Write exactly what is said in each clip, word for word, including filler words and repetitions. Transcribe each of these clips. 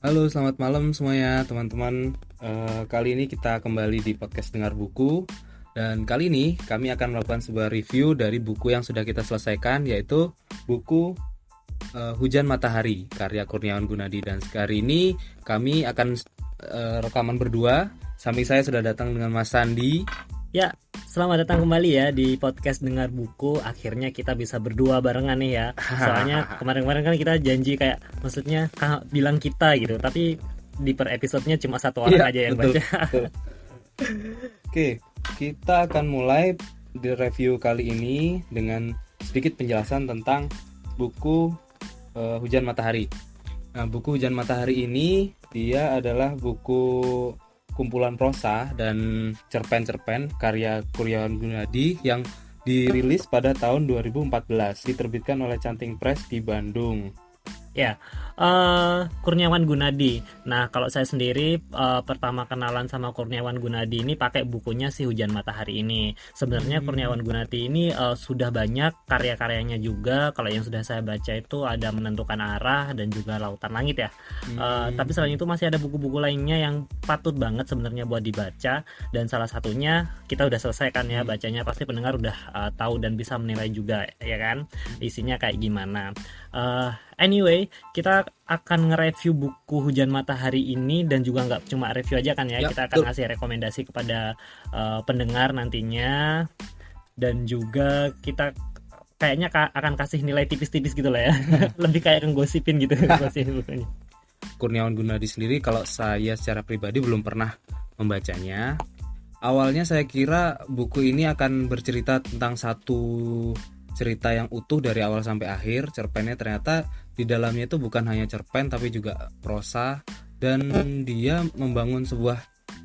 Halo, selamat malam semuanya teman-teman. Eh, kali ini kita kembali di podcast Dengar Buku. Dan kali ini kami akan melakukan sebuah review dari buku yang sudah kita selesaikan, yaitu buku eh, Hujan Matahari, karya Kurniawan Gunadi. Dan hari ini kami akan eh, rekaman berdua. Samping saya sudah datang dengan Mas Sandi. Ya, selamat datang kembali ya di podcast Dengar Buku. Akhirnya kita bisa berdua barengan nih ya. Soalnya kemarin-kemarin kan kita janji kayak, maksudnya ka- bilang kita gitu, tapi di per episodenya cuma satu orang Iya, aja yang betul, baca. betul. Oke, kita akan mulai di review kali ini dengan sedikit penjelasan tentang buku eh, Hujan Matahari. Nah, buku Hujan Matahari ini dia adalah buku kumpulan prosa dan cerpen-cerpen karya Kurniawan Gunadi yang dirilis pada tahun dua ribu empat belas, diterbitkan oleh Canting Press di Bandung. Ya, eh Kurniawan Gunadi. Nah, kalau saya sendiri eh, pertama kenalan sama Kurniawan Gunadi ini pakai bukunya si Hujan Matahari ini. Sebenarnya Kurniawan Gunadi ini eh, sudah banyak karya-karyanya juga. Kalau yang sudah saya baca itu ada Menentukan Arah dan juga Lautan Langit ya. Eh, tapi selain itu masih ada buku-buku lainnya yang patut banget sebenarnya buat dibaca. Dan salah satunya kita udah selesai kan ya bacanya. Pasti pendengar udah eh, tahu dan bisa menilai juga ya kan. Isinya kayak gimana. Eh, Anyway, kita akan nge-review buku Hujan Matahari ini dan juga nggak cuma review aja kan ya, Ya, kita akan betul. ngasih rekomendasi kepada uh, pendengar nantinya dan juga kita kayaknya ka- akan kasih nilai tipis-tipis gitu lah ya, lebih kayak ngegosipin gitu gosip bukunya. Kurniawan Gunadi sendiri, kalau saya secara pribadi belum pernah membacanya. Awalnya saya kira buku ini akan bercerita tentang satu cerita yang utuh dari awal sampai akhir cerpennya. Ternyata di dalamnya itu bukan hanya cerpen tapi juga prosa, dan dia membangun sebuah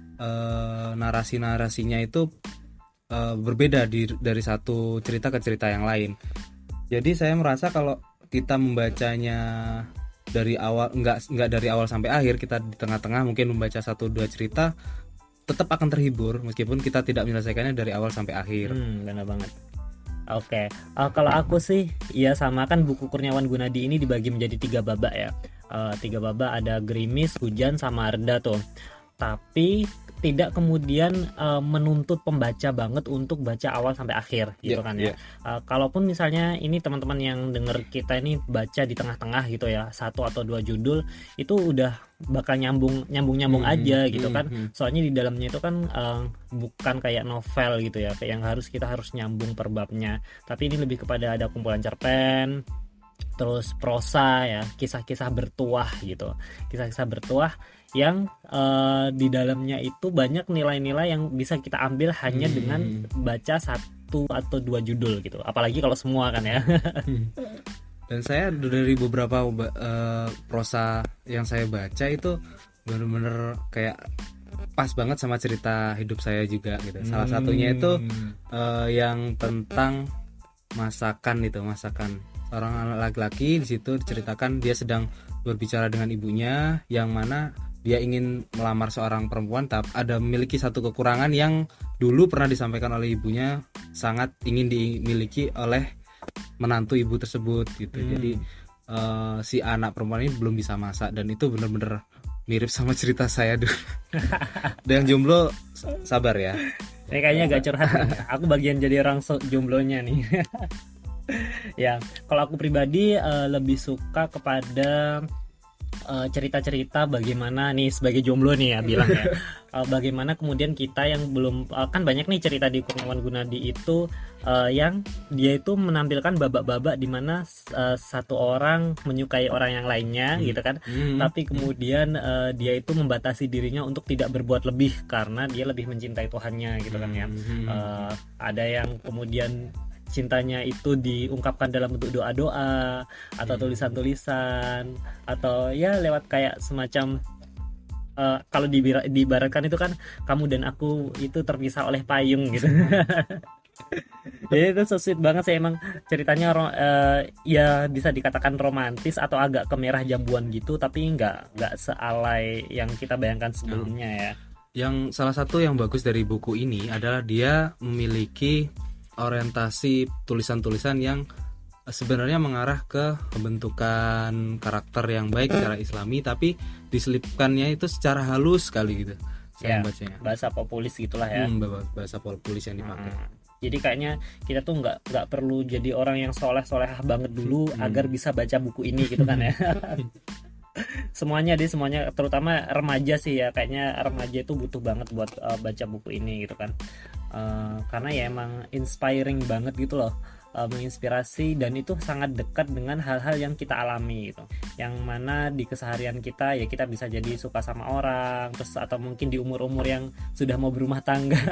eh, narasi-narasinya itu eh, berbeda di, dari satu cerita ke cerita yang lain. Jadi saya merasa kalau kita membacanya dari awal, enggak enggak dari awal sampai akhir, kita di tengah-tengah mungkin membaca satu dua cerita, tetap akan terhibur meskipun kita tidak menyelesaikannya dari awal sampai akhir. Hmm, benar banget. Oke, eh, kalau aku sih ya sama, kan buku Kurniawan Gunadi ini dibagi menjadi tiga babak ya. Eh, tiga babak, ada Gerimis, Hujan, sama Reda tuh. Tapi tidak kemudian eh, menuntut pembaca banget untuk baca awal sampai akhir gitu Ya, kan ya. ya. Eh, kalaupun misalnya ini teman-teman yang denger kita ini baca di tengah-tengah gitu ya, satu atau dua judul itu udah bakal nyambung nyambung nyambung Hmm, aja hmm, gitu hmm, kan. hmm. Soalnya di dalamnya itu kan eh, bukan kayak novel gitu ya, kayak yang harus kita harus nyambung per babnya. Tapi ini lebih kepada ada kumpulan cerpen, terus prosa ya, kisah-kisah bertuah gitu, kisah-kisah bertuah yang eh, di dalamnya itu banyak nilai-nilai yang bisa kita ambil hanya Hmm. dengan baca satu atau dua judul gitu, apalagi kalau semua kan ya. Dan saya dari beberapa eh, prosa yang saya baca itu benar-benar kayak pas banget sama cerita hidup saya juga gitu. Salah satunya itu eh, yang tentang masakan itu, masakan seorang anak laki-laki. Di situ diceritakan dia sedang berbicara dengan ibunya, yang mana dia ingin melamar seorang perempuan tapi ada memiliki satu kekurangan yang dulu pernah disampaikan oleh ibunya sangat ingin dimiliki oleh menantu ibu tersebut gitu. Hmm. Jadi eh, si anak perempuan ini belum bisa masak, dan itu benar-benar mirip sama cerita saya dulu. Dan yang jomblo sabar ya. Ini kayaknya agak curhat nih. Aku bagian jadi orang so- jomblonya nih. Ya, kalau aku pribadi eh, lebih suka kepada eh, cerita-cerita bagaimana nih sebagai jomblo nih ya bilang ya. Eh, bagaimana kemudian kita yang belum eh, kan banyak nih cerita di Kurniawan Gunadi itu eh, yang dia itu menampilkan babak-babak di mana eh, satu orang menyukai orang yang lainnya gitu kan. Hmm. Tapi kemudian eh, dia itu membatasi dirinya untuk tidak berbuat lebih karena dia lebih mencintai Tuhannya gitu kan ya. Hmm. Eh, ada yang kemudian cintanya itu diungkapkan dalam bentuk doa-doa atau tulisan-tulisan, atau ya lewat kayak semacam eh, kalau dibira- diibaratkan itu kan kamu dan aku itu terpisah oleh payung gitu. Jadi itu so sweet banget sih emang ceritanya, ro- eh, ya bisa dikatakan romantis atau agak kemerah jambuan gitu, tapi nggak nggak sealay yang kita bayangkan sebelumnya ya. Yang salah satu yang bagus dari buku ini adalah dia memiliki orientasi tulisan-tulisan yang sebenarnya mengarah ke pembentukan karakter yang baik secara Islami, tapi diselipkannya itu secara halus sekali gitu saya Ya, bacanya. bahasa populis gitulah ya. Hmm, bahasa populis yang dipakai. Hmm. Jadi kayaknya kita tuh nggak nggak perlu jadi orang yang soleh solehah banget dulu Hmm. agar bisa baca buku ini gitu kan ya. Semuanya deh, semuanya, terutama remaja sih ya, kayaknya remaja itu butuh banget buat uh, baca buku ini gitu kan. Uh, karena ya emang inspiring banget gitu loh, uh, menginspirasi, dan itu sangat dekat dengan hal-hal yang kita alami gitu, yang mana di keseharian kita ya kita bisa jadi suka sama orang, terus atau mungkin di umur-umur yang sudah mau berumah tangga.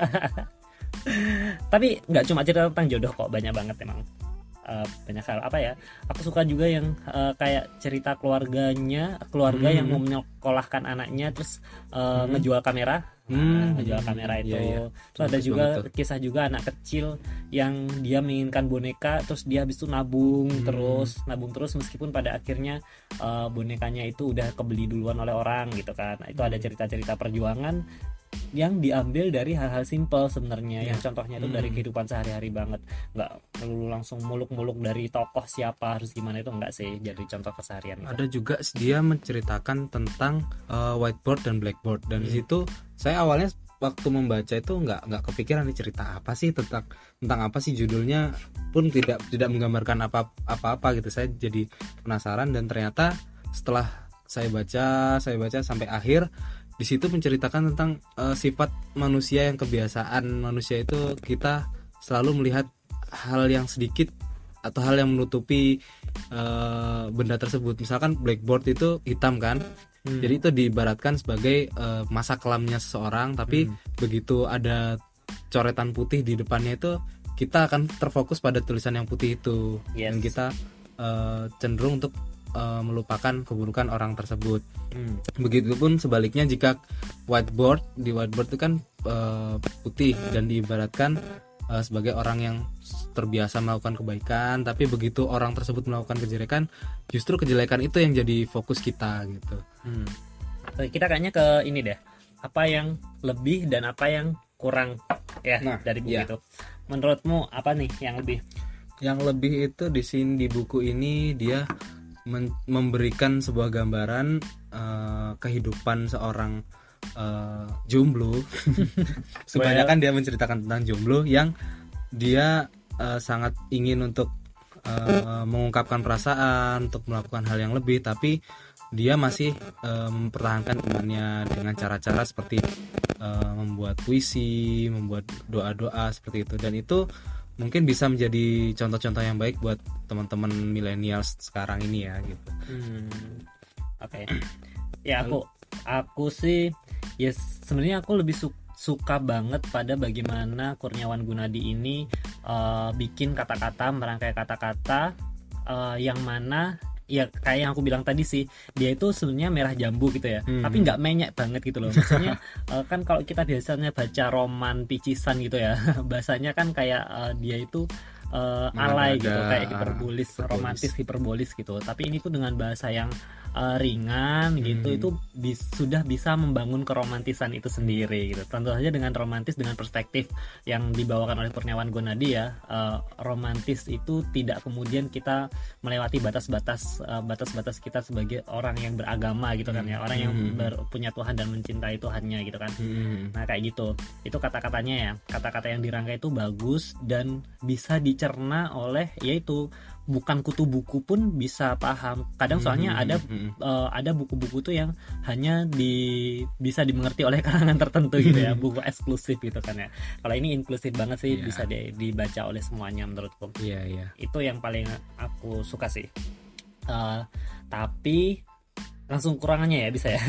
Tapi nggak cuma cerita tentang jodoh kok, banyak banget emang. Uh, banyak hal apa ya, aku suka juga yang uh, kayak cerita keluarganya, keluarga Hmm. yang mau menyekolahkan anaknya terus uh, Hmm. ngejual kamera. Nah, Hmm. ngejual kamera itu. Iya, iya. Terus ada Bagus juga banget tuh. kisah juga anak kecil yang dia menginginkan boneka, terus dia habis itu nabung Hmm. terus nabung terus meskipun pada akhirnya uh, bonekanya itu udah kebeli duluan oleh orang gitu kan. Nah, itu ada cerita-cerita perjuangan yang diambil dari hal-hal simpel sebenarnya, Ya. yang contohnya itu dari Hmm. kehidupan sehari-hari banget, nggak perlu langsung muluk-muluk dari tokoh siapa harus gimana, itu enggak sih, jadi contoh keseharian gitu. Ada juga dia menceritakan tentang uh, whiteboard dan blackboard, dan di situ saya awalnya waktu membaca itu nggak nggak kepikiran nih cerita apa sih, tentang tentang apa sih, judulnya pun tidak tidak menggambarkan apa apa apa gitu. Saya jadi penasaran, dan ternyata setelah saya baca saya baca sampai akhir, di situ menceritakan tentang uh, sifat manusia, yang kebiasaan manusia itu kita selalu melihat hal yang sedikit atau hal yang menutupi uh, benda tersebut. Misalkan blackboard itu hitam kan, Hmm. jadi itu diibaratkan sebagai uh, masa kelamnya seseorang, tapi Hmm. begitu ada coretan putih di depannya itu, kita akan terfokus pada tulisan yang putih itu. Yes. Dan kita uh, cenderung untuk uh, melupakan keburukan orang tersebut. Hmm. Begitupun sebaliknya, jika whiteboard, di whiteboard itu kan uh, putih dan diibaratkan uh, sebagai orang yang terbiasa melakukan kebaikan, tapi begitu orang tersebut melakukan kejelekan, justru kejelekan itu yang jadi fokus kita gitu. Hmm. Oke, kita kayaknya ke ini deh, apa yang lebih dan apa yang kurang ya Nah, dari buku iya. itu. Menurutmu apa nih yang lebih? Yang lebih itu di sini, di buku ini dia men- memberikan sebuah gambaran uh, kehidupan seorang uh, jomblo. Kebanyakan dia menceritakan tentang jomblo yang dia uh, sangat ingin untuk uh, mengungkapkan perasaan, untuk melakukan hal yang lebih, tapi dia masih uh, mempertahankan temannya dengan cara-cara seperti uh, membuat puisi, membuat doa-doa seperti itu. Dan itu mungkin bisa menjadi contoh-contoh yang baik buat teman-teman milenial sekarang ini ya gitu. Hmm. Oke. Ya aku aku sih ya sebenarnya aku lebih su- suka banget pada bagaimana Kurniawan Gunadi ini uh, bikin kata-kata, merangkai kata-kata uh, yang mana ya kayak yang aku bilang tadi sih, dia itu sebenarnya merah jambu gitu ya, Hmm. tapi nggak menyek banget gitu loh. Maksudnya uh, kan kalau kita biasanya baca roman picisan gitu ya, bahasanya kan kayak uh, dia itu uh, alay Mengada-ngada, gitu, kayak hiperbolis, hiperbolis. romantis hiperbolis gitu. Tapi ini tuh dengan bahasa yang uh, ringan gitu, Hmm. itu bis- sudah bisa membangun keromantisan itu sendiri gitu. Tentu saja dengan romantis, dengan perspektif yang dibawakan oleh Kurniawan Gunadi ya. Uh, romantis itu tidak kemudian kita melewati batas-batas uh, batas-batas kita sebagai orang yang beragama gitu kan ya, orang yang Hmm. ber- punya Tuhan dan mencintai Tuhannya gitu kan. Hmm. Nah kayak gitu, itu kata-katanya ya, kata-kata yang dirangkai itu bagus dan bisa dicerna oleh, yaitu bukan kutu buku pun bisa paham. Kadang soalnya ada Hmm. uh, ada buku-buku tuh yang hanya di bisa dimengerti oleh kalangan tertentu gitu ya, buku eksklusif gitu kan ya. Kalau ini inklusif banget sih, Iya. bisa di- dibaca oleh semuanya menurutku. Iya, iya. Itu yang paling aku suka sih. Uh, tapi langsung kurangannya ya bisa ya.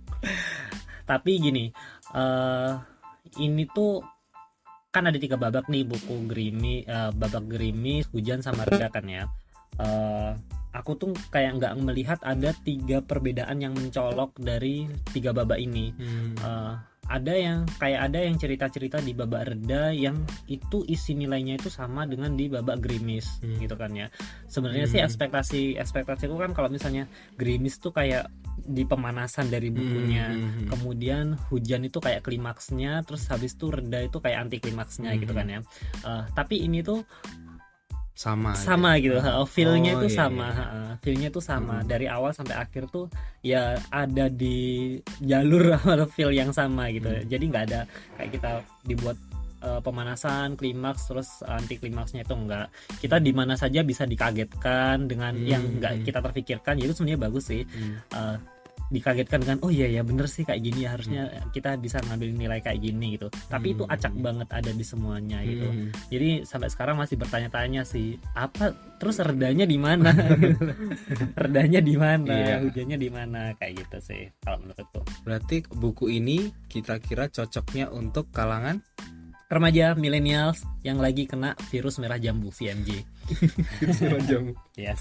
Tapi gini, uh, ini tuh kan ada tiga babak nih buku Gerimis, uh, babak Gerimis, Hujan sama Reda kan ya. Uh, aku tuh kayak nggak melihat ada tiga perbedaan yang mencolok dari tiga babak ini. Hmm. Uh, ada yang kayak ada yang cerita-cerita di babak Reda yang itu isi nilainya itu sama dengan di babak Gerimis Hmm. gitu kan ya. Sebenarnya sih Hmm. ekspektasi ekspektasiku kan kalau misalnya Gerimis tuh kayak di pemanasan dari bukunya, Hmm. kemudian Hujan itu kayak klimaksnya, terus habis itu Reda itu kayak anti klimaksnya Hmm. gitu kan ya. Uh, tapi ini tuh sama sama gitu, gitu. feel-nya Oh, itu iya, sama, iya. feel-nya itu sama Hmm. dari awal sampai akhir tuh ya ada di jalur atau feel yang sama gitu. Hmm. Jadi nggak ada kayak kita dibuat uh, pemanasan, klimaks terus anti klimaksnya itu enggak. Kita di mana saja bisa dikagetkan dengan Hmm. yang nggak kita terpikirkan. Jadi itu sebenarnya bagus sih. Hmm. Uh, dikagetkan dengan oh iya ya bener sih kayak gini ya, harusnya kita bisa ngambil nilai kayak gini gitu. Tapi itu acak banget ada di semuanya gitu. Hmm. Jadi sampai sekarang masih bertanya-tanya sih apa terus redanya di mana? Redanya di mana? Iya. Hujannya di mana? Kayak gitu sih kalau menurutku. Berarti buku ini kira-kira cocoknya untuk kalangan Remaja millennials yang lagi kena virus merah jambu V M J. jamu. Yes.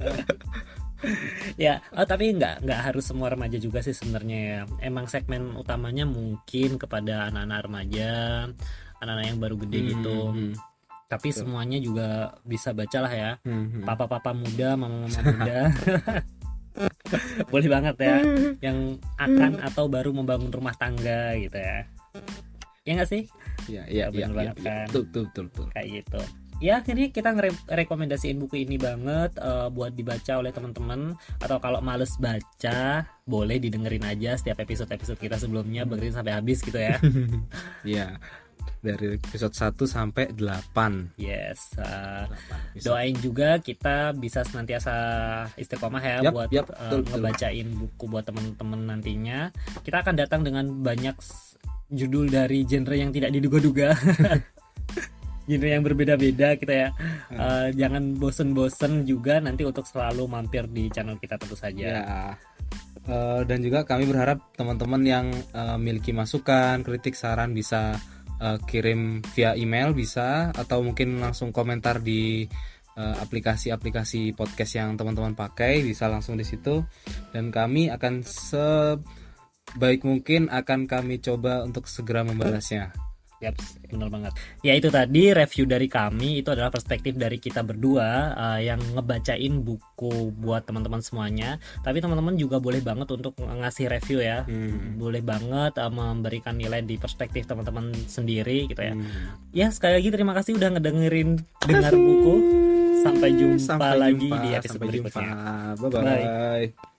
Ya, oh, tapi nggak nggak harus semua remaja juga sih sebenarnya ya. Emang segmen utamanya mungkin kepada anak-anak remaja, anak-anak yang baru gede gitu. Hmm. Tapi Betul. semuanya juga bisa bacalah ya. Hmm. Papa-papa muda, mama-mama muda. Boleh banget ya. Yang akan atau baru membangun rumah tangga gitu ya. Ya nggak sih? Iya, iya, Ya, iya, bener iya, banget iya. kan. Betul, betul, betul, betul. Kayak gitu. Ya, ini kita ngerekomendasiin buku ini banget uh, buat dibaca oleh teman-teman, atau kalau males baca boleh didengerin aja setiap episode-episode kita sebelumnya, dengerin sampai habis gitu ya. Iya. Dari episode satu sampai delapan. Yes. Uh, delapan episode. doain juga kita bisa senantiasa istiqomah ya Yap, buat yap, uh, betul, betul. ngebacain buku buat teman-teman nantinya. Kita akan datang dengan banyak s- judul dari genre yang tidak diduga-duga. Genre yang berbeda-beda kita ya. Uh, jangan bosen-bosen juga nanti untuk selalu mampir di channel kita tentu saja. Ya. Eh, dan juga kami berharap teman-teman yang eh, memiliki masukan, kritik, saran bisa eh, kirim via email bisa, atau mungkin langsung komentar di eh, aplikasi-aplikasi podcast yang teman-teman pakai, bisa langsung di situ. Dan kami akan sebaik mungkin akan kami coba untuk segera membalasnya. Yap, benar banget. Ya itu tadi review dari kami, itu adalah perspektif dari kita berdua uh, yang ngebacain buku buat teman-teman semuanya. Tapi teman-teman juga boleh banget untuk ngasih review ya. Hmm. Boleh banget uh, memberikan nilai di perspektif teman-teman sendiri gitu ya. Hmm. Ya sekali lagi terima kasih udah ngedengerin dengar buku. Sampai jumpa Sampai lagi jumpa, di episode sampai berikutnya. jumpa. Bye-bye. Bye.